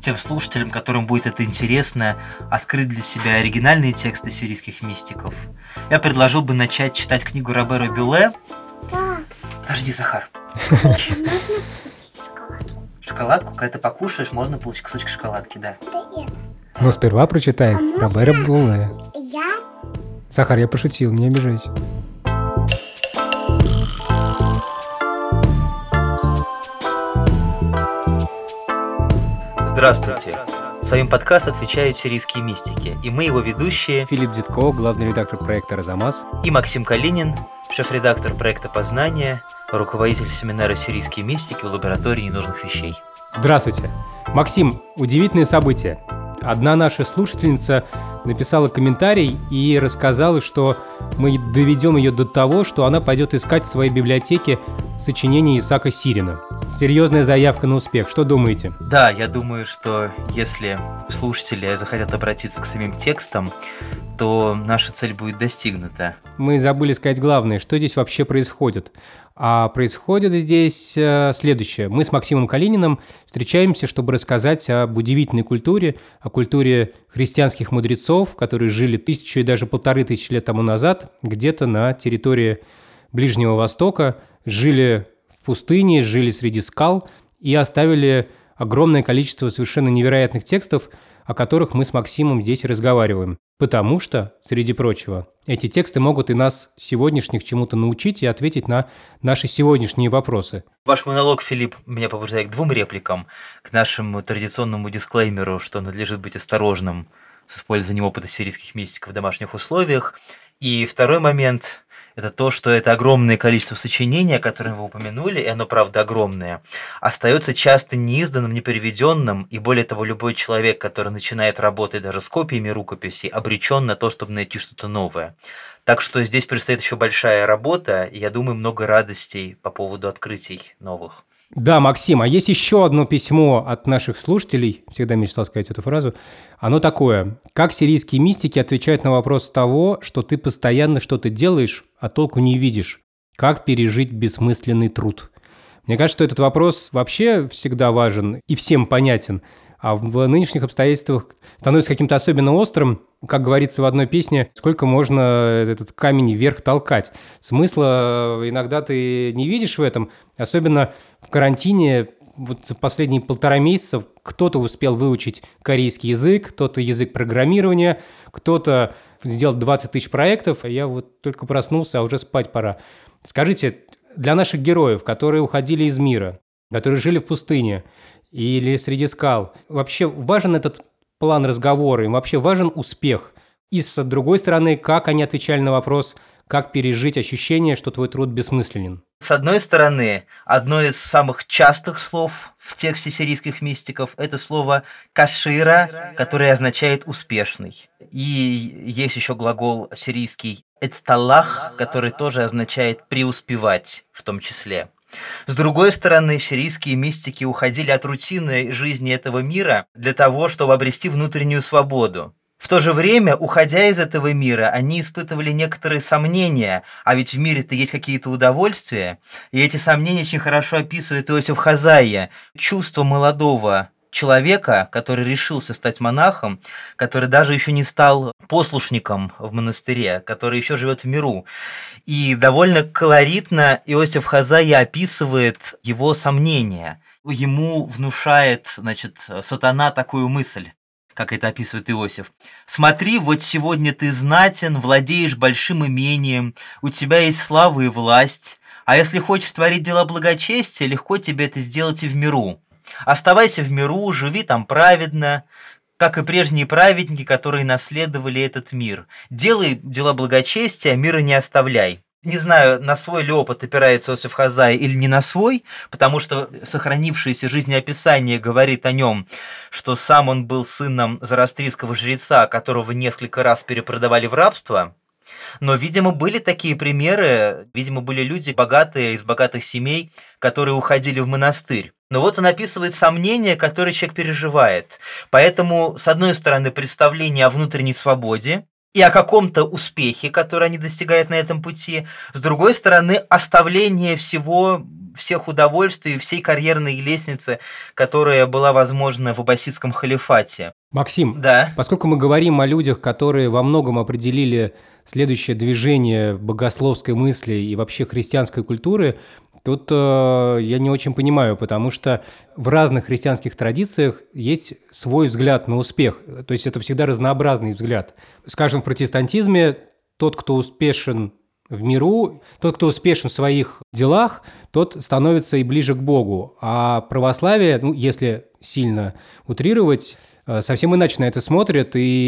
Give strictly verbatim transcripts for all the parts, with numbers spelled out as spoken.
тем слушателям, которым будет это интересно, открыть для себя оригинальные тексты сирийских мистиков, я предложил бы начать читать книгу Робера Бюле. Да. Подожди, Захар. Можно получить шоколадку? Шоколадку, когда ты покушаешь, можно получить кусочек шоколадки, да. Да это. Но сперва прочитай А Робера можно Бюле. Я? Захар, я пошутил, не обижайся. Здравствуйте. Своим подкаст отвечают сирийские мистики, и мы его ведущие Филипп Дзитко, главный редактор проекта «Розамас», и Максим Калинин, шеф-редактор проекта «Познание», руководитель семинара «Сирийские мистики» в лаборатории ненужных вещей. Здравствуйте. Максим, удивительное событие. Одна наша слушательница написала комментарий и рассказала, что мы доведем ее до того, что она пойдет искать в своей библиотеке сочинение Исаака Сирина. Серьезная заявка на успех. Что думаете? Да, я думаю, что если слушатели захотят обратиться к самим текстам, то наша цель будет достигнута. Мы забыли сказать главное, что здесь вообще происходит. А происходит здесь э, следующее. Мы с Максимом Калининым встречаемся, чтобы рассказать об удивительной культуре, о культуре христианских мудрецов, которые жили тысячу и даже полторы тысячи лет тому назад, где-то на территории Ближнего Востока, жили в пустыне, жили среди скал и оставили огромное количество совершенно невероятных текстов, о которых мы с Максимом здесь разговариваем. Потому что, среди прочего, эти тексты могут и нас сегодняшних чему-то научить и ответить на наши сегодняшние вопросы. Ваш монолог, Филипп, меня побуждает к двум репликам. К нашему традиционному дисклеймеру, что надлежит быть осторожным с использованием опыта сирийских мистиков в домашних условиях. И второй момент – это то, что это огромное количество сочинений, о которых вы упомянули, и оно, правда, огромное, остается часто неизданным, непереведенным, и более того, любой человек, который начинает работать даже с копиями рукописей, обречен на то, чтобы найти что-то новое. Так что здесь предстоит еще большая работа, и, я думаю, много радостей по поводу открытий новых. Да, Максим, а есть еще одно письмо от наших слушателей, всегда мечтал сказать эту фразу, оно такое: как сирийские мистики отвечают на вопрос того, что ты постоянно что-то делаешь, а толку не видишь, как пережить бессмысленный труд? Мне кажется, что этот вопрос вообще всегда важен и всем понятен, а в нынешних обстоятельствах становится каким-то особенно острым. Как говорится в одной песне, сколько можно этот камень вверх толкать. Смысла иногда ты не видишь в этом, особенно в карантине. Вот за последние полтора месяца кто-то успел выучить корейский язык, кто-то язык программирования, кто-то сделал двадцать тысяч проектов, а я вот только проснулся, а уже спать пора. Скажите, для наших героев, которые уходили из мира, которые жили в пустыне или среди скал, вообще важен этот план разговора, им вообще важен успех? И с другой стороны, как они отвечали на вопрос, как пережить ощущение, что твой труд бессмысленен? С одной стороны, одно из самых частых слов в тексте сирийских мистиков – это слово «кашира», которое означает «успешный». И есть еще глагол сирийский «эцталлах», который тоже означает «преуспевать» в том числе. С другой стороны, сирийские мистики уходили от рутинной жизни этого мира для того, чтобы обрести внутреннюю свободу. В то же время, уходя из этого мира, они испытывали некоторые сомнения, а ведь в мире-то есть какие-то удовольствия, и эти сомнения очень хорошо описывает Иосиф Хаззайя. Чувство молодого человека, который решился стать монахом, который даже еще не стал послушником в монастыре, который еще живет в миру. И довольно колоритно Иосиф Хаззайя описывает его сомнения. Ему внушает, значит, сатана такую мысль, как это описывает Иосиф. «Смотри, вот сегодня ты знатен, владеешь большим имением, у тебя есть слава и власть, а если хочешь творить дела благочестия, легко тебе это сделать и в миру. Оставайся в миру, живи там праведно, как и прежние праведники, которые наследовали этот мир. Делай дела благочестия, мира не оставляй». Не знаю, на свой ли опыт опирается Иосиф Хаззайя или не на свой, потому что сохранившееся жизнеописание говорит о нем, что сам он был сыном зороастрийского жреца, которого несколько раз перепродавали в рабство. Но, видимо, были такие примеры, видимо, были люди богатые, из богатых семей, которые уходили в монастырь. Но вот он описывает сомнения, которые человек переживает. Поэтому, с одной стороны, представление о внутренней свободе и о каком-то успехе, который они достигают на этом пути. С другой стороны, оставление всего всех удовольствий, всей карьерной лестницы, которая была возможна в аббасидском халифате. Максим, Да. поскольку мы говорим о людях, которые во многом определили следующее движение богословской мысли и вообще христианской культуры, тут э, я не очень понимаю, потому что в разных христианских традициях есть свой взгляд на успех. То есть это всегда разнообразный взгляд. Скажем, в протестантизме тот, кто успешен в миру, тот, кто успешен в своих делах, тот становится и ближе к Богу. А православие, ну, если сильно утрировать, совсем иначе на это смотрят,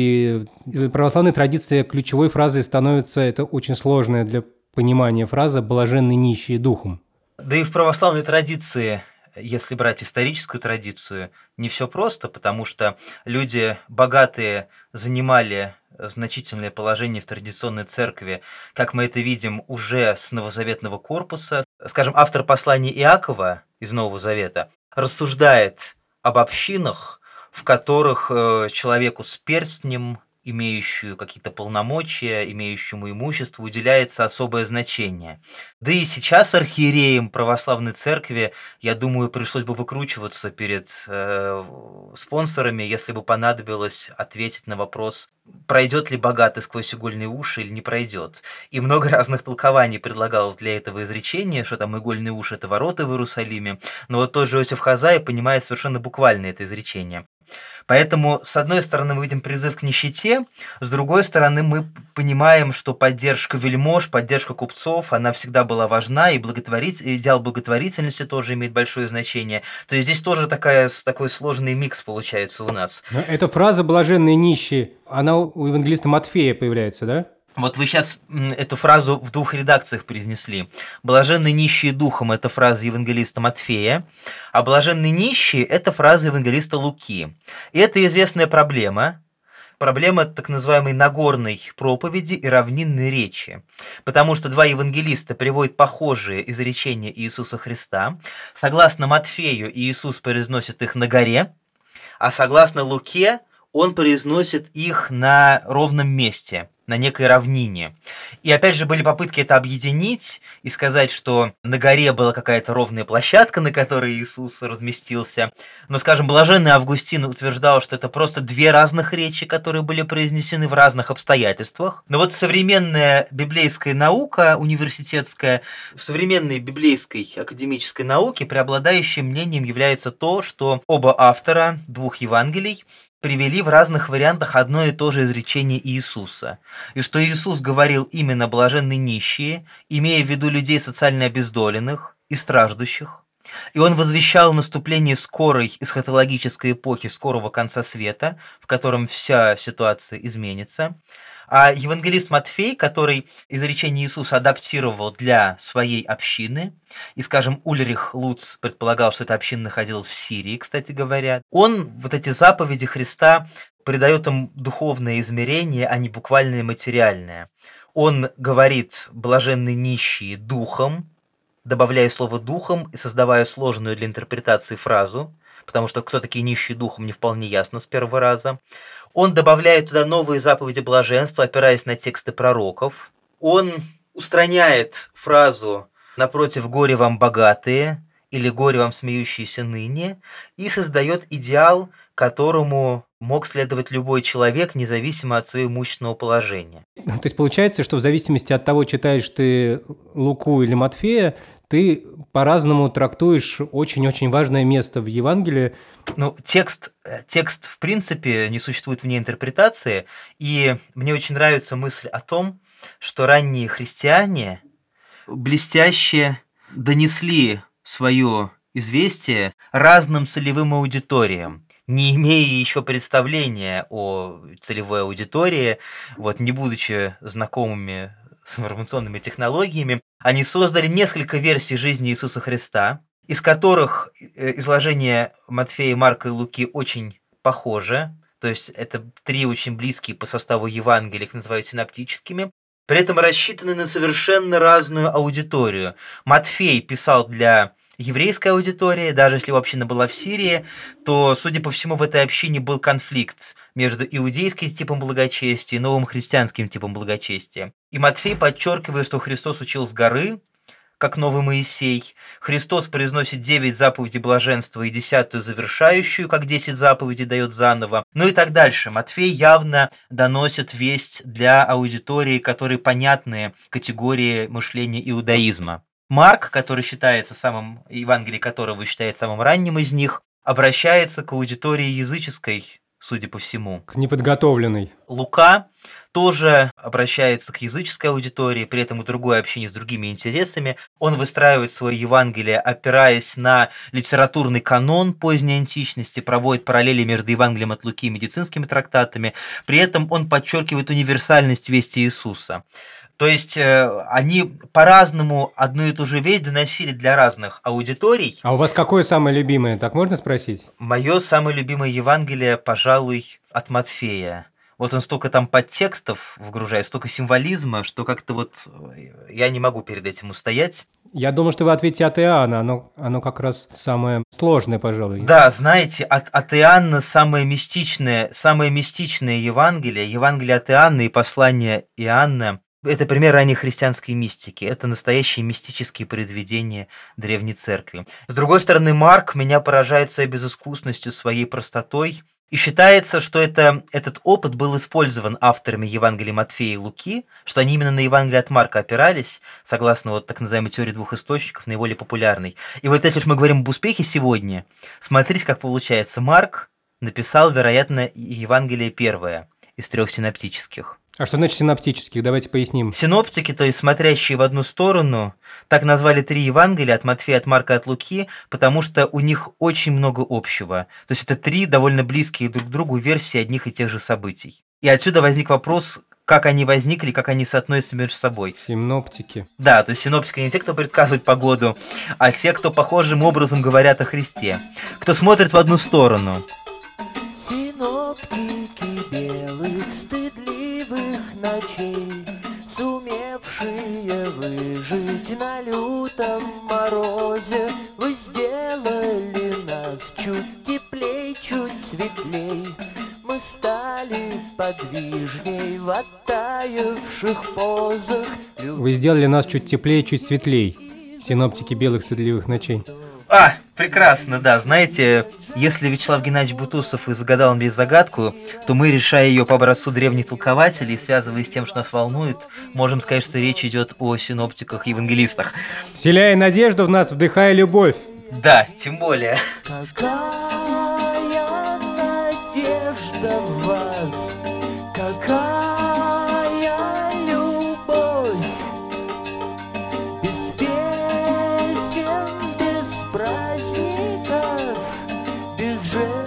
и для православной традиции ключевой фразой становится, это очень сложная для понимания фраза «блаженны нищие духом». Да и в православной традиции, если брать историческую традицию, не все просто, потому что люди богатые занимали значительное положение в традиционной церкви, как мы это видим уже с новозаветного корпуса. Скажем, автор послания Иакова из Нового Завета рассуждает об общинах, в которых э, человеку с перстнем, имеющую какие-то полномочия, имеющему имущество, уделяется особое значение. Да и сейчас архиереям православной церкви, я думаю, пришлось бы выкручиваться перед э, спонсорами, если бы понадобилось ответить на вопрос, пройдет ли богатый сквозь игольные уши или не пройдет. И много разных толкований предлагалось для этого изречения, что там игольные уши – это ворота в Иерусалиме, но вот тот же Иосиф Хаззай понимает совершенно буквально это изречение. Поэтому, с одной стороны, мы видим призыв к нищете, с другой стороны, мы понимаем, что поддержка вельмож, поддержка купцов, она всегда была важна, и благотворить... идеал благотворительности тоже имеет большое значение. То есть здесь тоже такая, такой сложный микс получается у нас. Но эта фраза «блаженные нищие», она у евангелиста Матфея появляется, да? Вот вы сейчас эту фразу в двух редакциях произнесли. «Блаженны нищие духом» – это фраза евангелиста Матфея, а «блаженны нищие» – это фраза евангелиста Луки. И это известная проблема, проблема так называемой Нагорной проповеди и равнинной речи. Потому что два евангелиста приводят похожие изречения Иисуса Христа. Согласно Матфею, Иисус произносит их на горе, а согласно Луке, он произносит их на ровном месте, на некой равнине. И опять же были попытки это объединить и сказать, что на горе была какая-то ровная площадка, на которой Иисус разместился. Но, скажем, блаженный Августин утверждал, что это просто две разных речи, которые были произнесены в разных обстоятельствах. Но вот современная библейская наука университетская, в современной библейской академической науке преобладающим мнением является то, что оба автора двух Евангелий привели в разных вариантах одно и то же изречение Иисуса. И что Иисус говорил именно «блаженны нищие», имея в виду людей социально обездоленных и страждущих. И он возвещал наступление скорой эсхатологической эпохи, скорого конца света, в котором вся ситуация изменится. А евангелист Матфей, который изречение Иисуса адаптировал для своей общины, и, скажем, Ульрих Луц предполагал, что эта община находилась в Сирии, кстати говоря, он вот эти заповеди Христа придает им духовное измерение, а не буквальное материальное. Он говорит «блаженны нищие духом», добавляя слово «духом» и создавая сложную для интерпретации фразу, потому что кто такие нищие духом, не вполне ясно с первого раза. Он добавляет туда новые заповеди блаженства, опираясь на тексты пророков. Он устраняет фразу «напротив, горе вам богатые» или «горе вам смеющиеся ныне» и создает идеал, которому мог следовать любой человек, независимо от своего имущественного положения. То есть получается, что в зависимости от того, читаешь ты Луку или Матфея, ты по-разному трактуешь очень-очень важное место в Евангелии. Ну, текст, текст, в принципе, не существует вне интерпретации, и мне очень нравится мысль о том, что ранние христиане блестяще донесли свое известие разным целевым аудиториям, не имея еще представления о целевой аудитории, вот, не будучи знакомыми с информационными технологиями, они создали несколько версий жизни Иисуса Христа, из которых изложения Матфея, Марка и Луки очень похожи, то есть это три очень близкие по составу Евангелия, их называют синоптическими, при этом рассчитаны на совершенно разную аудиторию. Матфей писал для еврейской аудитории, даже если община была в Сирии, то, судя по всему, в этой общине был конфликт между иудейским типом благочестия и новым христианским типом благочестия. И Матфей подчеркивает, что Христос учил с горы, как новый Моисей. Христос произносит девять заповедей блаженства и десятую завершающую, как десять заповедей дает заново. Ну и так дальше. Матфей явно доносит весть для аудитории, которой понятны категории мышления иудаизма. Марк, который считается самым, Евангелие которого считается самым ранним из них, обращается к аудитории языческой, судя по всему. К неподготовленной. Лука тоже обращается к языческой аудитории, при этом к другой общине с другими интересами. Он выстраивает свое Евангелие, опираясь на литературный канон поздней античности, проводит параллели между Евангелием от Луки и медицинскими трактатами. При этом он подчеркивает универсальность вести Иисуса. То есть э, они по-разному одну и ту же весть доносили для разных аудиторий. А у вас какое самое любимое, так можно спросить? Мое самое любимое Евангелие, пожалуй, от Матфея. Вот он столько там подтекстов вгружает, столько символизма, что как-то вот я не могу перед этим устоять. Я думал, что вы ответите от Иоанна, оно, оно как раз самое сложное, пожалуй. Да, знаете, от, от Иоанна самое мистичное, самое мистичное Евангелие, Евангелие от Иоанна и послание Иоанна, это пример ранней христианской мистики, это настоящие мистические произведения Древней Церкви. С другой стороны, Марк меня поражает своей безыскусностью, своей простотой. И считается, что это, этот опыт был использован авторами Евангелия Матфея и Луки, что они именно на Евангелие от Марка опирались, согласно вот так называемой теории двух источников, наиболее популярной. И вот если уж мы говорим об успехе сегодня, смотрите, как получается. Марк написал, вероятно, Евангелие первое из трех синоптических. А что значит синоптических? Давайте поясним. Синоптики, то есть смотрящие в одну сторону, так назвали три Евангелия от Матфея, от Марка, от Луки, потому что у них очень много общего. То есть это три довольно близкие друг к другу версии одних и тех же событий. И отсюда возник вопрос, как они возникли, как они соотносятся между собой. Синоптики. Да, то есть синоптики не те, кто предсказывает погоду, а те, кто похожим образом говорят о Христе. Кто смотрит в одну сторону. Синоптики белых стыдливых ночей, сумевшие выжить на лютом морозе, вы сделали нас чуть теплей, чуть светлей. Мы стали подвижней в оттаивших позах. Вы сделали нас чуть теплее, чуть светлей. Синоптики белых стыдливых ночей. А, прекрасно, да. Знаете, если Вячеслав Геннадьевич Бутусов и загадал мне загадку, то мы, решая ее по образцу древних толкователей, связывая с тем, что нас волнует, можем сказать, что речь идет о синоптиках-евангелистах. Вселяя надежду в нас, вдыхая любовь. Да, тем более. Какая надежда в вас, какая любовь, без песен, без праздников, без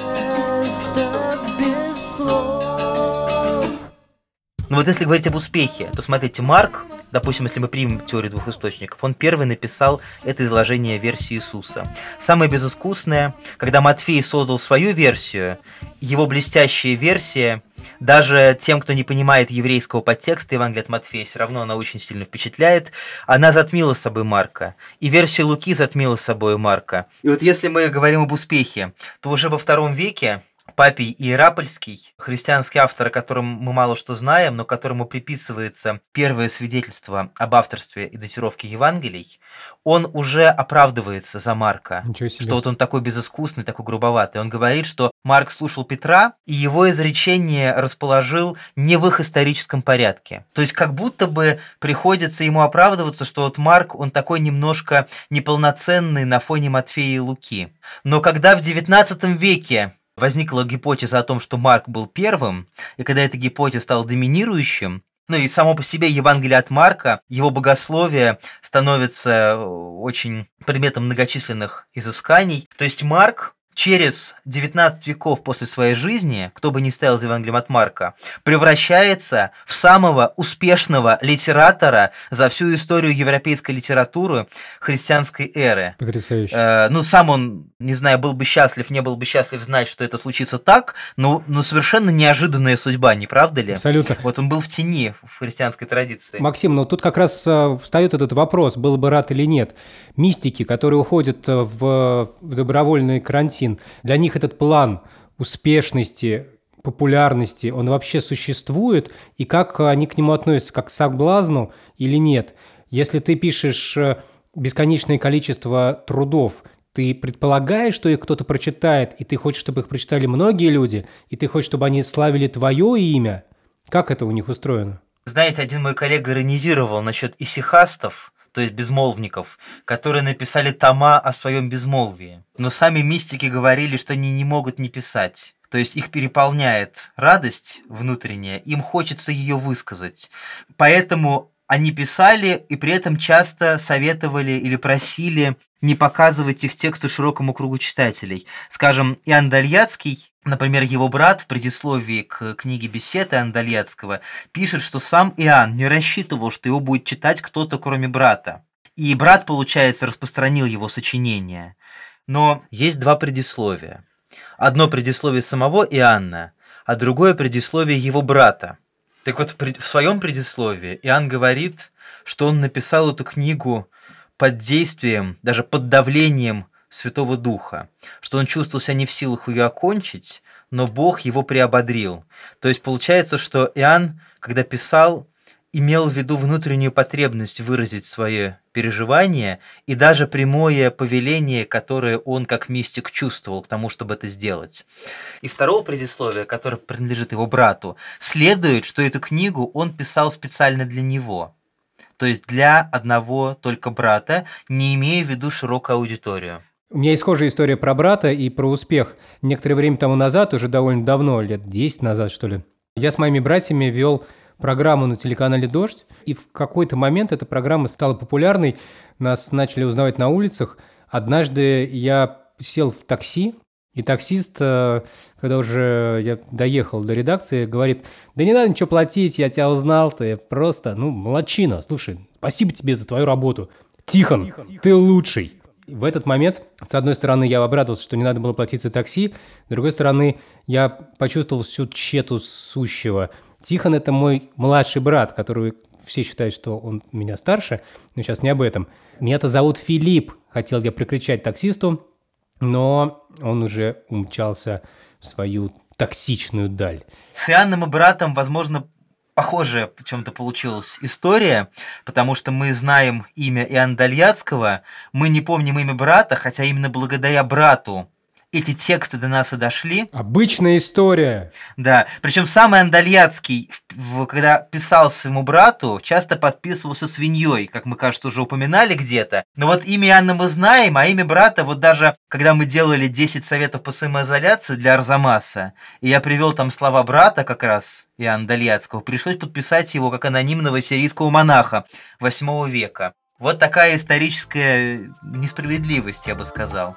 жестов, без слов. Но вот если говорить об успехе, то смотрите, Марк, допустим, если мы примем теорию двух источников, он первый написал это изложение версии Иисуса. Самое безыскусное, когда Матфей создал свою версию, его блестящая версия, даже тем, кто не понимает еврейского подтекста Евангелия от Матфея, все равно она очень сильно впечатляет, она затмила собой Марка. И версия Луки затмила собой Марка. И вот если мы говорим об успехе, то уже во втором веке Папий Иеропольский, христианский автор, о котором мы мало что знаем, но которому приписывается первое свидетельство об авторстве и датировке Евангелий, он уже оправдывается за Марка, что вот он такой безыскусный, такой грубоватый. Он говорит, что Марк слушал Петра, и его изречение расположил не в их историческом порядке. То есть как будто бы приходится ему оправдываться, что вот Марк, он такой немножко неполноценный на фоне Матфея и Луки. Но когда в девятнадцатом веке возникла гипотеза о том, что Марк был первым, и когда эта гипотеза стала доминирующим, ну и само по себе Евангелие от Марка, его богословие становится очень предметом многочисленных изысканий. То есть Марк через девятнадцать веков после своей жизни, кто бы ни стоял за Евангелием от Марка, превращается в самого успешного литератора за всю историю европейской литературы христианской эры. Потрясающе. Э, ну, сам он, не знаю, был бы счастлив, не был бы счастлив знать, что это случится так, но, но совершенно неожиданная судьба, не правда ли? Абсолютно. Вот он был в тени в христианской традиции. Максим, ну тут как раз э, встает этот вопрос, был бы рад или нет. Мистики, которые уходят в, в добровольный карантин, для них этот план успешности, популярности, он вообще существует, и как они к нему относятся, как к соблазну или нет? Если ты пишешь бесконечное количество трудов, ты предполагаешь, что их кто-то прочитает, и ты хочешь, чтобы их прочитали многие люди, и ты хочешь, чтобы они славили твое имя? Как это у них устроено? Знаете, один мой коллега иронизировал насчет исихастов, то есть безмолвников, которые написали тома о своем безмолвии. Но сами мистики говорили, что они не могут не писать. То есть их переполняет радость внутренняя, им хочется ее высказать. Поэтому они писали и при этом часто советовали или просили не показывать их тексты широкому кругу читателей. Скажем, Иоанн Дальятский, например, его брат в предисловии к книге «Бесед» Иоанна Дальятского пишет, что сам Иоанн не рассчитывал, что его будет читать кто-то, кроме брата. И брат, получается, распространил его сочинение. Но есть два предисловия. Одно предисловие самого Иоанна, а другое предисловие его брата. Так вот, в, пред... в своем предисловии Иоанн говорит, что он написал эту книгу под действием, даже под давлением Святого Духа, что он чувствовал себя не в силах ее окончить, но Бог его приободрил. То есть получается, что Иоанн, когда писал, имел в виду внутреннюю потребность выразить свои переживания и даже прямое повеление, которое он как мистик чувствовал к тому, чтобы это сделать. Из второго предисловия, которое принадлежит его брату, следует, что эту книгу он писал специально для него, то есть для одного только брата, не имея в виду широкую аудиторию. У меня есть схожая история про брата и про успех. Некоторое время тому назад, уже довольно давно, лет десять назад, что ли, я с моими братьями вел программу на телеканале «Дождь», и в какой-то момент эта программа стала популярной, нас начали узнавать на улицах. Однажды я сел в такси, и таксист, когда уже я доехал до редакции, говорит: да не надо ничего платить, я тебя узнал, ты просто, ну, молодчина, слушай, спасибо тебе за твою работу. Тихон, ты лучший. В этот момент, с одной стороны, я обрадовался, что не надо было платить за такси, с другой стороны, я почувствовал всю тщету сущего. Тихон – это мой младший брат, который все считают, что он меня старше, но сейчас не об этом. Меня-то зовут Филипп, хотел я прикричать таксисту, но он уже умчался в свою токсичную даль. С Иоанном и братом, возможно, похожая в чем-то получилась история, потому что мы знаем имя Иоанна Дальятского, мы не помним имя брата, хотя именно благодаря брату эти тексты до нас и дошли. Обычная история. Да, причем сам Иоанн Дальятский, когда писал своему брату, часто подписывался свиньей, как мы, кажется, уже упоминали где-то. Но вот имя Иоанна мы знаем, а имя брата, вот даже когда мы делали десять советов по самоизоляции для Арзамаса, и я привел там слова брата как раз, Иоанна Дальятского, пришлось подписать его как анонимного сирийского монаха восьмого века. Вот такая историческая несправедливость, я бы сказал.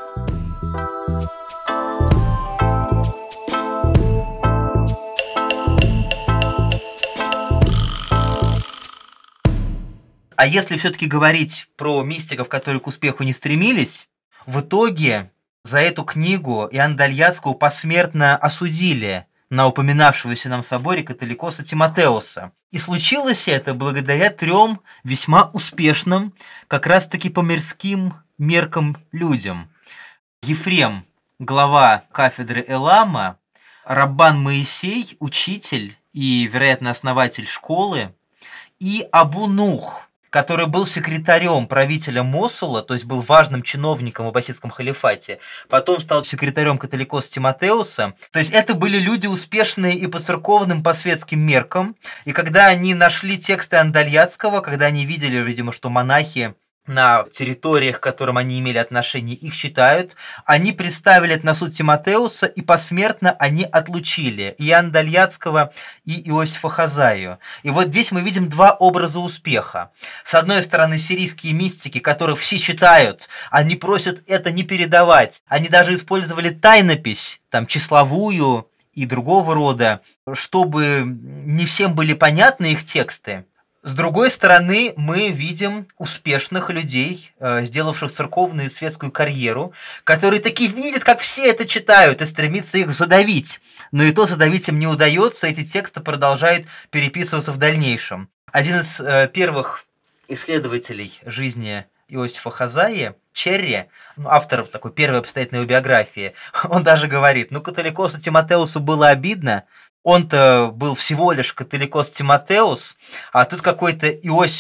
А если все-таки говорить про мистиков, которые к успеху не стремились, в итоге за эту книгу Иоанна Дальятского посмертно осудили на упоминавшегося нам в соборе католикоса Тимотеуса. И случилось это благодаря трем весьма успешным, как раз-таки по мирским меркам людям. Ефрем, глава кафедры Элама, Раббан Моисей, учитель и, вероятно, основатель школы, и Абу Нух, который был секретарем правителя Мосула, то есть был важным чиновником в аббасидском халифате, потом стал секретарем католикоса Тимотеуса. То есть это были люди успешные и по церковным, по светским меркам. И когда они нашли тексты Иоанна Дальятского, когда они видели, видимо, что монахи на территориях, к которым они имели отношение, их читают, они представили это на суд Тимотеуса, и посмертно они отлучили Иоанна Дальятского и Иосифа Хазаю. И вот здесь мы видим два образа успеха. С одной стороны, сирийские мистики, которых все читают, они просят это не передавать. Они даже использовали тайнопись, там, числовую и другого рода, чтобы не всем были понятны их тексты. С другой стороны, мы видим успешных людей, сделавших церковную и светскую карьеру, которые таки видят, как все это читают, и стремятся их задавить. Но и то задавить им не удается, эти тексты продолжают переписываться в дальнейшем. Один из первых исследователей жизни Иосифа Хазаи, Черри, автор такой первой обстоятельной биографии, он даже говорит: ну, католикосу Тимотеусу было обидно, он-то был всего лишь католикос Тимотеус, а тут какой-то Иосиф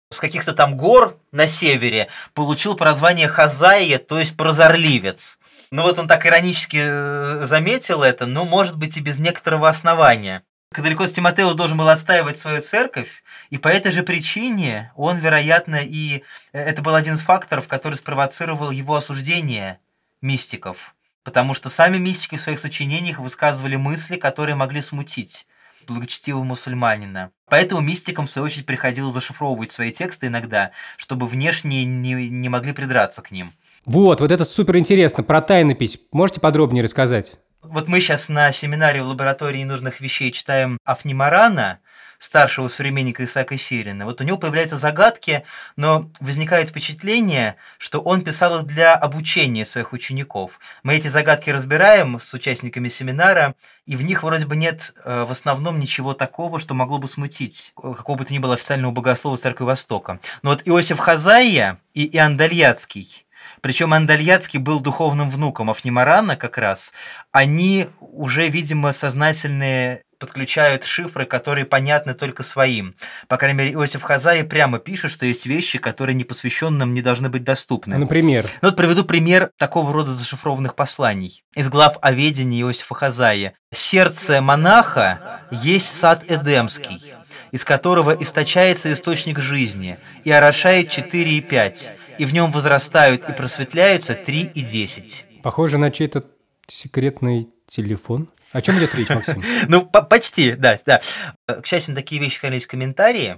с каких-то там гор на севере получил прозвание Хазаия, то есть прозорливец. Ну вот он так иронически э, заметил это, но может быть и без некоторого основания. Католикос Тимотеус должен был отстаивать свою церковь, и по этой же причине он, вероятно, и это был один из факторов, который спровоцировал его осуждение мистиков, потому что сами мистики в своих сочинениях высказывали мысли, которые могли смутить благочестивого мусульманина. Поэтому мистикам, в свою очередь, приходилось зашифровывать свои тексты иногда, чтобы внешние не, не могли придраться к ним. Вот, вот это супер интересно. Про тайнопись можете подробнее рассказать? Вот мы сейчас на семинаре в лаборатории ненужных вещей читаем Афнимарана, старшего современника Исаака Сирина. Вот у него появляются загадки, но возникает впечатление, что он писал их для обучения своих учеников. Мы эти загадки разбираем с участниками семинара, и в них вроде бы нет э, в основном ничего такого, что могло бы смутить какого бы то ни было официального богослова Церкви Востока. Но вот Иосиф Хазаия и Иоанн Дальятский, причем Иоанн Дальятский был духовным внуком Афнимарана как раз, они уже, видимо, сознательные подключают шифры, которые понятны только своим. По крайней мере, Иосиф Хазаия прямо пишет, что есть вещи, которые непосвященным не должны быть доступны. А, например? Ну вот приведу пример такого рода зашифрованных посланий. Из глав о ведении Иосифа Хазаия. «Сердце монаха есть сад Эдемский, из которого источается источник жизни, и орошает четыре и пять, и в нем возрастают и просветляются три и десять». Похоже на чей-то секретный телефон. О чем идет речь, Максим? Ну, почти, да, да. К счастью, на такие вещи хранились комментарии.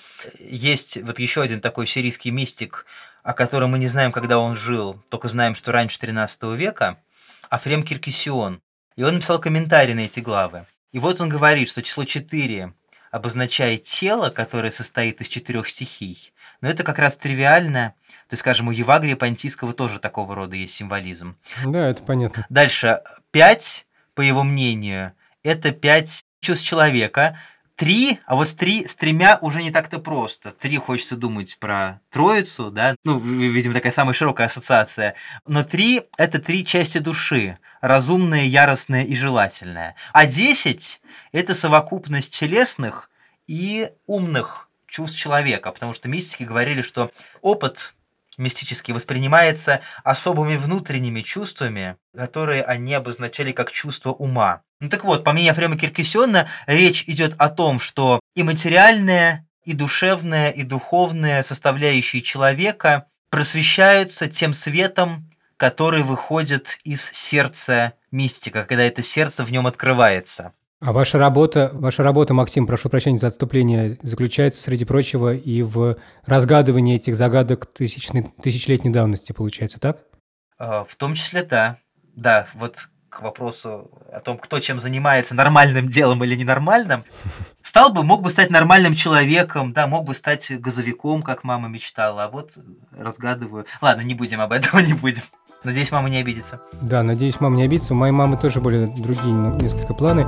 Есть вот еще один такой сирийский мистик, о котором мы не знаем, когда он жил, только знаем, что раньше тринадцатого века, Афрем Киркисион. И он написал комментарий на эти главы. И вот он говорит, что число четыре обозначает тело, которое состоит из четырех стихий. Но это как раз тривиально. То есть, скажем, у Евагрия Понтийского тоже такого рода есть символизм. Да, это понятно. Дальше. Пять, по его мнению, это пять чувств человека. Три, а вот с три, с тремя уже не так-то просто. Три хочется думать про Троицу, да, ну, видимо, такая самая широкая ассоциация. Но три – это три части души, разумная, яростная и желательная. А десять – это совокупность телесных и умных чувств человека, потому что мистики говорили, что опыт мистически воспринимается особыми внутренними чувствами, которые они обозначали как чувство ума. Ну так вот, по мнению Афрема Киркисиона, речь идет о том, что и материальная, и душевная, и духовная составляющие человека просвещаются тем светом, который выходит из сердца мистика, когда это сердце в нем открывается. А ваша работа, ваша работа, Максим, прошу прощения за отступление, заключается, среди прочего, и в разгадывании этих загадок тысячной, тысячелетней давности, получается, так? В том числе, да. Да, вот к вопросу о том, кто чем занимается, нормальным делом или ненормальным, стал бы, мог бы стать нормальным человеком, да, мог бы стать газовиком, как мама мечтала, а вот разгадываю. Ладно, не будем об этом, не будем. Надеюсь, мама не обидится. Да, надеюсь, мама не обидится. У моей мамы тоже были другие несколько планы.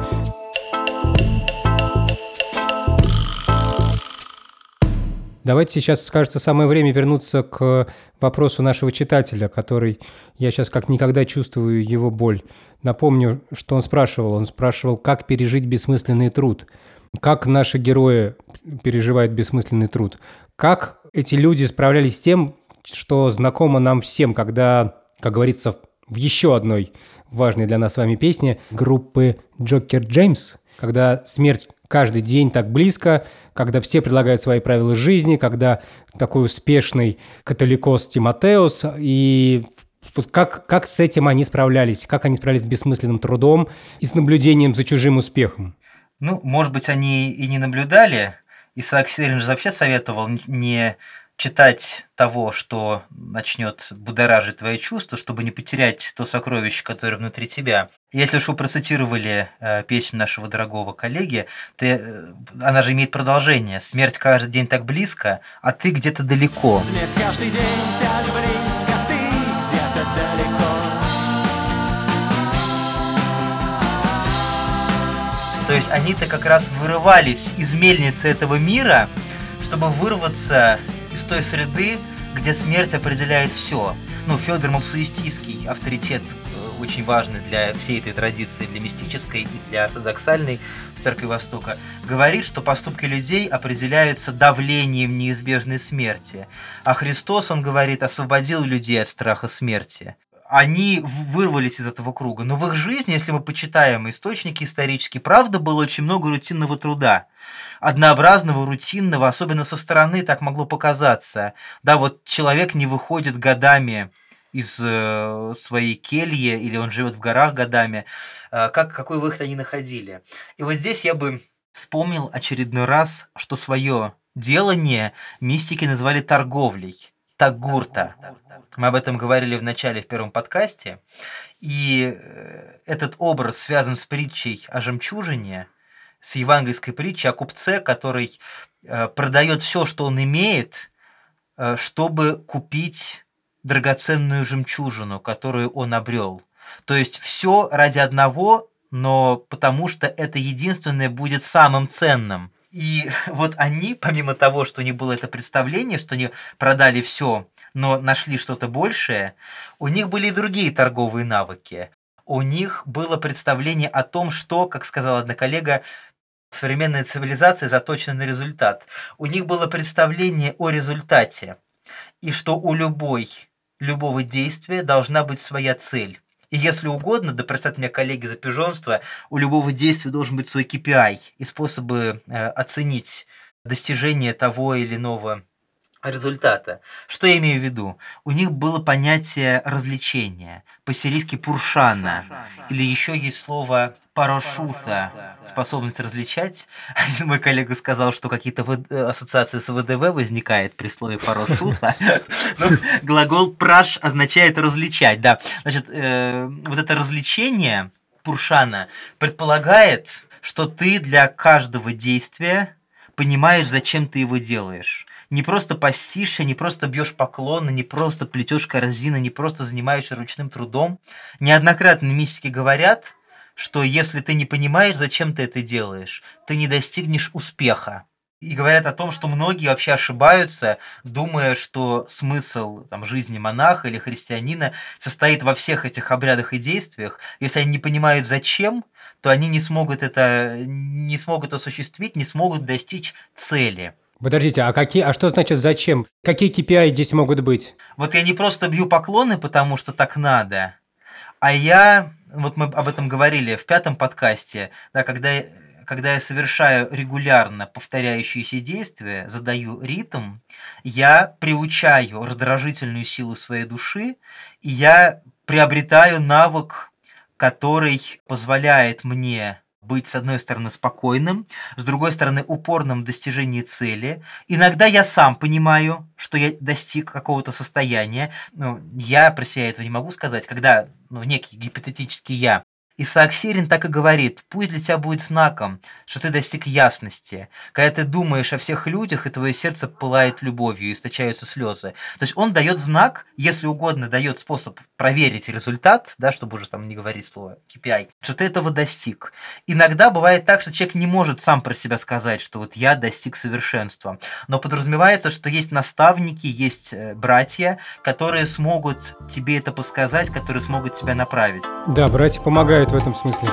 Давайте сейчас, кажется, самое время вернуться к вопросу нашего читателя, который я сейчас как никогда чувствую его боль. Напомню, что он спрашивал. Он спрашивал, как пережить бессмысленный труд. Как наши герои переживают бессмысленный труд. Как эти люди справлялись с тем, что знакомо нам всем, когда, как говорится, в еще одной важной для нас с вами песне группы Джокер Джеймс, когда смерть каждый день так близко, когда все предлагают свои правила жизни, когда такой успешный католикос Тимотеус, и как, как с этим они справлялись, как они справлялись с бессмысленным трудом и с наблюдением за чужим успехом? Ну, может быть, они и не наблюдали. Исаак Сирин же вообще советовал не читать того, что начнет будоражить твои чувства, чтобы не потерять то сокровище, которое внутри тебя. Если уж вы процитировали э, песню нашего дорогого коллеги, ты, э, она же имеет продолжение. «Смерть каждый день так близко, а ты где-то далеко». Смерть каждый день так близко, ты где-то далеко. То есть они-то как раз вырывались из мельницы этого мира, чтобы вырваться из той среды, где смерть определяет все. Ну, Федор Мавсуистийский, авторитет очень важный для всей этой традиции, для мистической и для ортодоксальной в Церкви Востока, говорит, что поступки людей определяются давлением неизбежной смерти. А Христос, он говорит, освободил людей от страха смерти. Они вырвались из этого круга. Но в их жизни, если мы почитаем источники исторические, правда, было очень много рутинного труда. Однообразного, рутинного, особенно со стороны так могло показаться. Да, вот человек не выходит годами из э, своей кельи, или он живет в горах годами. Э, как, какой выход они находили? И вот здесь я бы вспомнил очередной раз, что свое делание мистики называли торговлей. Тагурта. Мы об этом говорили в начале, в первом подкасте. И этот образ связан с притчей о жемчужине, с евангельской притчей о купце, который продает все, что он имеет, чтобы купить драгоценную жемчужину, которую он обрел. То есть все ради одного, но потому что это единственное будет самым ценным. И вот они, помимо того, что у них было это представление, что они продали все, но нашли что-то большее, у них были и другие торговые навыки. У них было представление о том, что, как сказала одна коллега, современная цивилизация заточена на результат. У них было представление о результате, и что у любой, любого действия должна быть своя цель. И если угодно, да простят меня коллеги за пижонство, у любого действия должен быть свой кей пи ай и способы э, оценить достижение того или иного результата. Что я имею в виду? У них было понятие развлечения, по-сирийски пуршана, или еще есть слово парашута, способность различать. Один мой коллега сказал, что какие-то ассоциации с вэ дэ вэ возникает при слове парашута. Глагол праш означает различать. Да. Значит, вот это развлечение пуршана предполагает, что ты для каждого действия понимаешь, зачем ты его делаешь. Не просто постишься, не просто бьешь поклоны, не просто плетешь корзины, не просто занимаешься ручным трудом. Неоднократно мистики говорят, что если ты не понимаешь, зачем ты это делаешь, ты не достигнешь успеха. И говорят о том, что многие вообще ошибаются, думая, что смысл там, жизни монаха или христианина состоит во всех этих обрядах и действиях. Если они не понимают, зачем, то они не смогут это, не смогут осуществить, не смогут достичь цели. Подождите, а, какие, а что значит зачем? Какие кей пи ай здесь могут быть? Вот я не просто бью поклоны, потому что так надо, а я, вот мы об этом говорили в пятом подкасте, да, когда, когда я совершаю регулярно повторяющиеся действия, задаю ритм, я приучаю раздражительную силу своей души, и я приобретаю навык, который позволяет мне быть, с одной стороны, спокойным, с другой стороны, упорным в достижении цели. Иногда я сам понимаю, что я достиг какого-то состояния. Ну, я про себя этого не могу сказать, когда ну, некий гипотетический я. Исаак Сирин так и говорит: пусть для тебя будет знаком, что ты достиг ясности. Когда ты думаешь о всех людях, и твое сердце пылает любовью, и источаются слезы. То есть он дает знак, если угодно, дает способ проверить результат, да, чтобы уже там не говорить слово кей пи ай, что ты этого достиг. Иногда бывает так, что человек не может сам про себя сказать, что вот я достиг совершенства. Но подразумевается, что есть наставники, есть братья, которые смогут тебе это подсказать, которые смогут тебя направить. Да, братья помогают в этом смысле.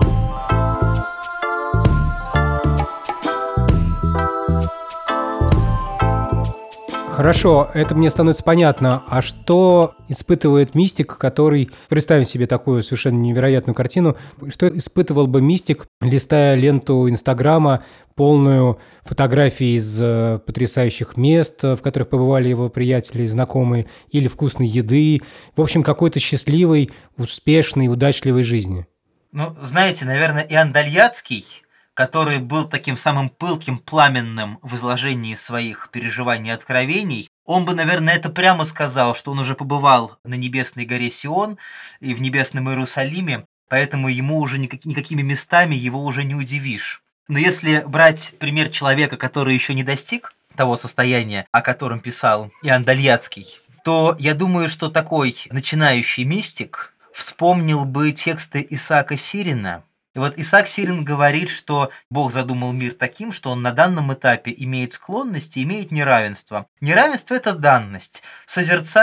Хорошо, это мне становится понятно. А что испытывает мистик, который... Представим себе такую совершенно невероятную картину. Что испытывал бы мистик, листая ленту Инстаграма, полную фотографий из э, потрясающих мест, в которых побывали его приятели, знакомые, или вкусной еды. В общем, какой-то счастливой, успешной, удачливой жизни. Ну, знаете, наверное, Иоанн Дальятский, который был таким самым пылким, пламенным в изложении своих переживаний и откровений, он бы, наверное, это прямо сказал, что он уже побывал на небесной горе Сион и в небесном Иерусалиме, поэтому ему уже никак, никакими местами его уже не удивишь. Но если брать пример человека, который еще не достиг того состояния, о котором писал Иоанн Дальятский, то я думаю, что такой начинающий мистик вспомнил бы тексты Исаака Сирина. И вот Исаак Сирин говорит, что Бог задумал мир таким, что он на данном этапе имеет склонности, имеет неравенство. Неравенство – это данность. Созерцай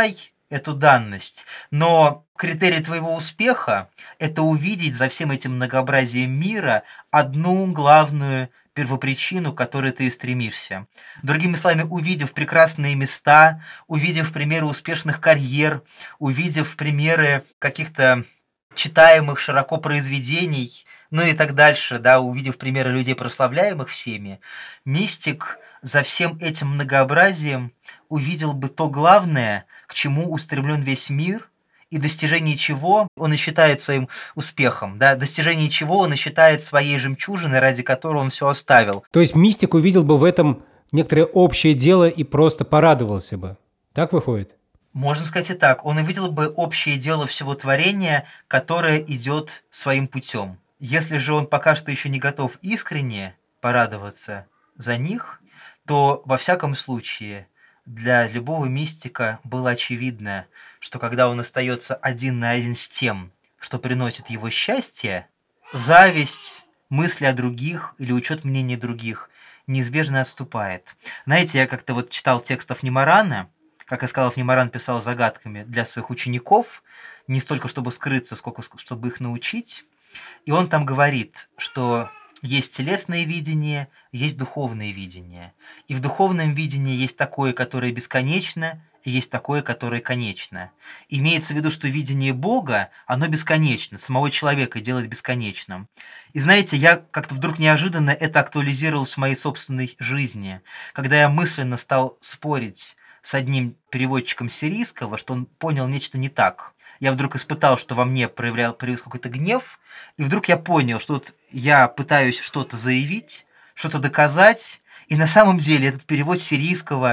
эту данность. Но критерий твоего успеха – это увидеть за всем этим многообразием мира одну главную первопричину, к которой ты и стремишься. Другими словами, увидев прекрасные места, увидев примеры успешных карьер, увидев примеры каких-то читаемых широко произведений, ну и так дальше, да, увидев примеры людей, прославляемых всеми, мистик за всем этим многообразием увидел бы то главное, к чему устремлен весь мир, и достижение чего он и считает своим успехом, да, достижение чего он и считает своей жемчужиной, ради которой он все оставил. То есть мистик увидел бы в этом некоторое общее дело и просто порадовался бы. Так выходит? Можно сказать и так. Он увидел бы общее дело всего творения, которое идет своим путем. Если же он пока что еще не готов искренне порадоваться за них, то во всяком случае для любого мистика было очевидно, что когда он остается один на один с тем, что приносит его счастье, зависть, мысли о других или учет мнений других неизбежно отступает. Знаете, я как-то вот читал текст Афнимарана, как я сказал, Афнимаран писал загадками для своих учеников, не столько чтобы скрыться, сколько чтобы их научить. И он там говорит, что есть телесное видение, есть духовное видение. И в духовном видении есть такое, которое бесконечно, и есть такое, которое конечно. Имеется в виду, что видение Бога, оно бесконечно, самого человека делает бесконечным. И знаете, я как-то вдруг неожиданно это актуализировалось в моей собственной жизни, когда я мысленно стал спорить с одним переводчиком сирийского, что он понял нечто не так. Я вдруг испытал, что во мне проявлял, проявился какой-то гнев, и вдруг я понял, что вот я пытаюсь что-то заявить, что-то доказать, и на самом деле этот перевод сирийского,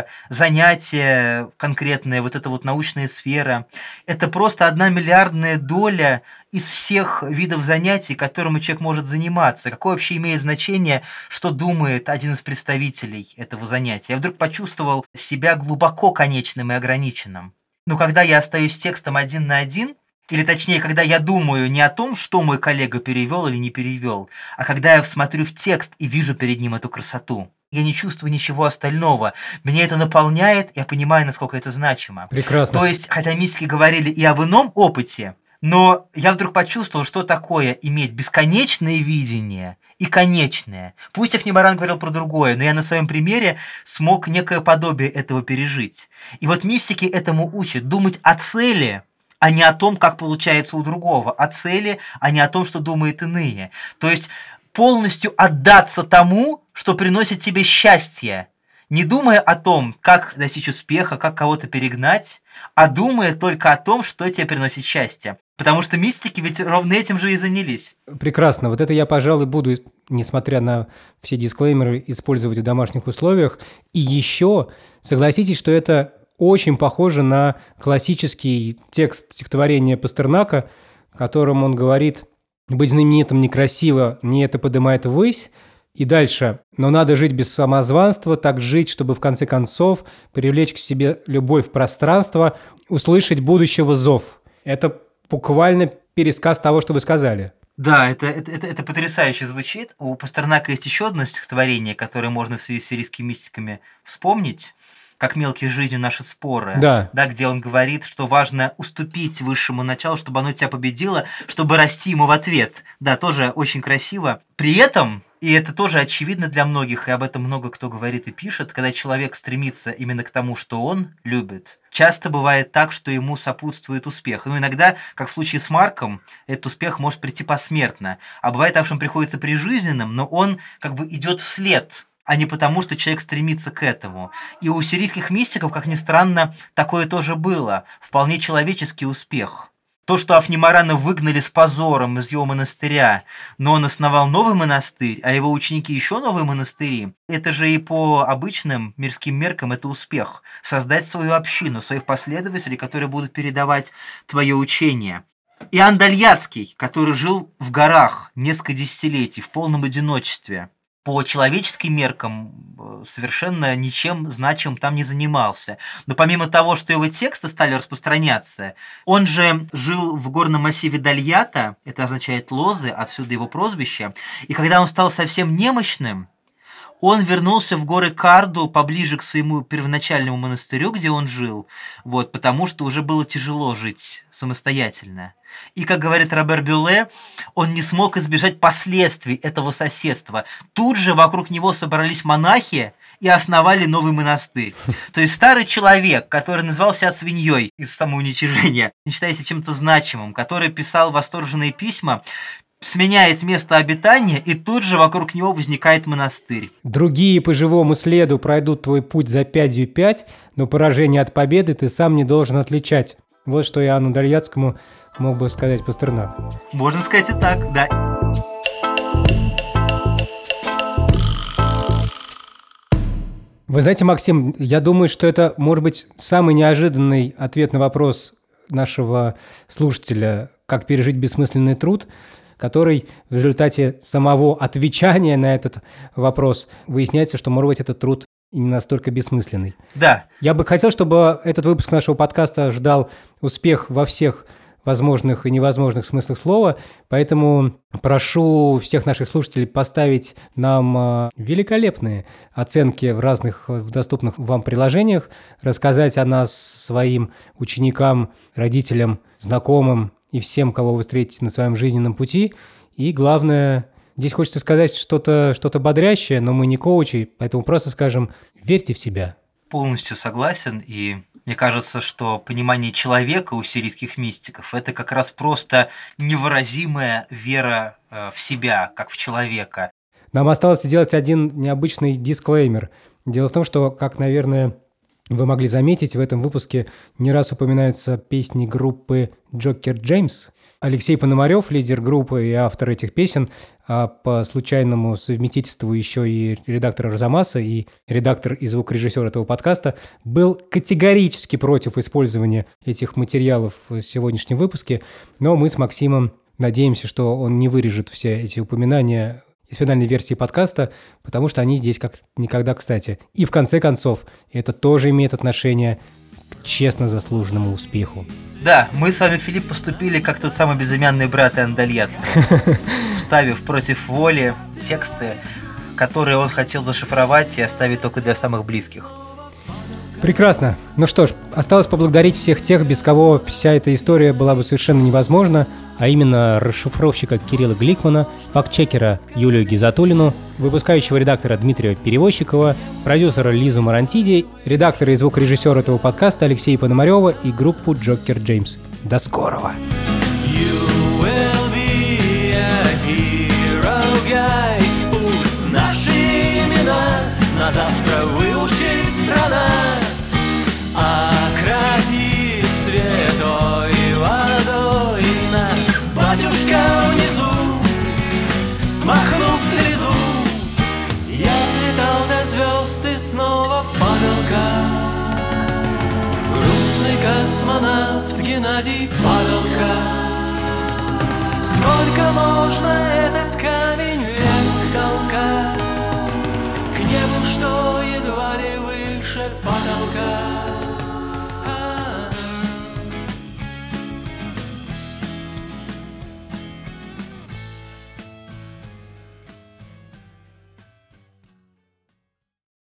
занятие конкретное, вот эта вот научная сфера, это просто одна миллиардная доля из всех видов занятий, которыми человек может заниматься. Какое вообще имеет значение, что думает один из представителей этого занятия? Я вдруг почувствовал себя глубоко конечным и ограниченным. Но когда я остаюсь с текстом один на один, или точнее, когда я думаю не о том, что мой коллега перевел или не перевел, а когда я смотрю в текст и вижу перед ним эту красоту, я не чувствую ничего остального. Меня это наполняет, я понимаю, насколько это значимо. Прекрасно. То есть, хотя мистики говорили и об ином опыте, но я вдруг почувствовал, что такое иметь бесконечное видение и конечное. Пусть Афнимаран говорил про другое, но я на своем примере смог некое подобие этого пережить. И вот мистики этому учат, думать о цели, а не о том, как получается у другого, о цели, а не о том, что думают иные. То есть полностью отдаться тому, что приносит тебе счастье, не думая о том, как достичь успеха, как кого-то перегнать, а думая только о том, что тебе приносит счастье. Потому что мистики ведь ровно этим же и занялись. Прекрасно. Вот это я, пожалуй, буду, несмотря на все дисклеймеры, использовать в домашних условиях. И еще согласитесь, что это очень похоже на классический текст стихотворения Пастернака, в котором он говорит: «Быть знаменитым некрасиво, не это подымает ввысь». И дальше. «Но надо жить без самозванства, так жить, чтобы в конце концов привлечь к себе любовь в пространство, услышать будущего зов». Это буквально пересказ того, что вы сказали. Да, это, это, это, это потрясающе звучит. У Пастернака есть еще одно стихотворение, которое можно в связи с сирийскими мистиками вспомнить, как мелкие жизнью наши споры, да. Да, где он говорит, что важно уступить высшему началу, чтобы оно тебя победило, чтобы расти ему в ответ. Да, тоже очень красиво. При этом, и это тоже очевидно для многих, и об этом много кто говорит и пишет, когда человек стремится именно к тому, что он любит, часто бывает так, что ему сопутствует успех. Ну, иногда, как в случае с Марком, этот успех может прийти посмертно. А бывает так, что он приходится прижизненным, но он как бы идет вслед, а не потому, что человек стремится к этому. И у сирийских мистиков, как ни странно, такое тоже было. Вполне человеческий успех. То, что Афнимарана выгнали с позором из его монастыря, но он основал новый монастырь, а его ученики еще новые монастыри, это же и по обычным мирским меркам это успех. Создать свою общину, своих последователей, которые будут передавать твое учение. Иоанн Дальятский, который жил в горах несколько десятилетий в полном одиночестве, по человеческим меркам совершенно ничем значимым там не занимался. Но помимо того, что его тексты стали распространяться, он же жил в горном массиве Дальята, это означает лозы, отсюда его прозвище, и когда он стал совсем немощным, Он вернулся в горы Карду, поближе к своему первоначальному монастырю, где он жил, вот, потому что уже было тяжело жить самостоятельно. И, как говорит Робер Бюле, он не смог избежать последствий этого соседства. Тут же вокруг него собрались монахи и основали новый монастырь. То есть старый человек, который называл себя свиньей из самоуничижения, не считаясь чем-то значимым, который писал восторженные письма, сменяет место обитания, и тут же вокруг него возникает монастырь. Другие по живому следу пройдут твой путь за пятью пять, но поражение от победы ты сам не должен отличать. Вот что Иоанну Дальятскому мог бы сказать Пастернак. Можно сказать и так, да. Вы знаете, Максим, я думаю, что это может быть самый неожиданный ответ на вопрос нашего слушателя, как пережить бессмысленный труд, который в результате самого отвечания на этот вопрос выясняется, что, может быть, этот труд и не настолько бессмысленный. Да. Я бы хотел, чтобы этот выпуск нашего подкаста ждал успех во всех возможных и невозможных смыслах слова, поэтому прошу всех наших слушателей поставить нам великолепные оценки в разных в доступных вам приложениях, рассказать о нас своим ученикам, родителям, знакомым и всем, кого вы встретите на своем жизненном пути. И главное, здесь хочется сказать что-то, что-то бодрящее, но мы не коучи, поэтому просто скажем: верьте в себя. Полностью согласен, и мне кажется, что понимание человека у сирийских мистиков – это как раз просто невыразимая вера э, в себя, как в человека. Нам осталось сделать один необычный дисклеймер. Дело в том, что, как, наверное, вы могли заметить, в этом выпуске не раз упоминаются песни группы Джокер Джеймс. Алексей Пономарев, лидер группы и автор этих песен, а по случайному совместительству еще и редактор Арзамаса, и редактор и звукорежиссер этого подкаста, был категорически против использования этих материалов в сегодняшнем выпуске, но мы с Максимом надеемся, что он не вырежет все эти упоминания из финальной версии подкаста, потому что они здесь как никогда кстати. И в конце концов, это тоже имеет отношение к честно заслуженному успеху. Да, мы с вами, Филипп, поступили как тот самый безымянный брат Иоанна Дальятского, вставив против воли тексты, которые он хотел зашифровать и оставить только для самых близких. Прекрасно. Ну что ж, осталось поблагодарить всех тех, без кого вся эта история была бы совершенно невозможна, а именно расшифровщика Кирилла Гликмана, фактчекера Юлию Гизатуллину, выпускающего редактора Дмитрия Перевозчикова, продюсера Лизу Марантиди, редактора и звукорежиссера этого подкаста Алексея Пономарева и группу Джокер Джеймс. До скорого! Наши имена на завтра выучит страна, окропит святой водой нас батюшка внизу, смахнув слезу. Я взлетал до звезд и снова падал как грустный космонавт Геннадий Падалка. Сколько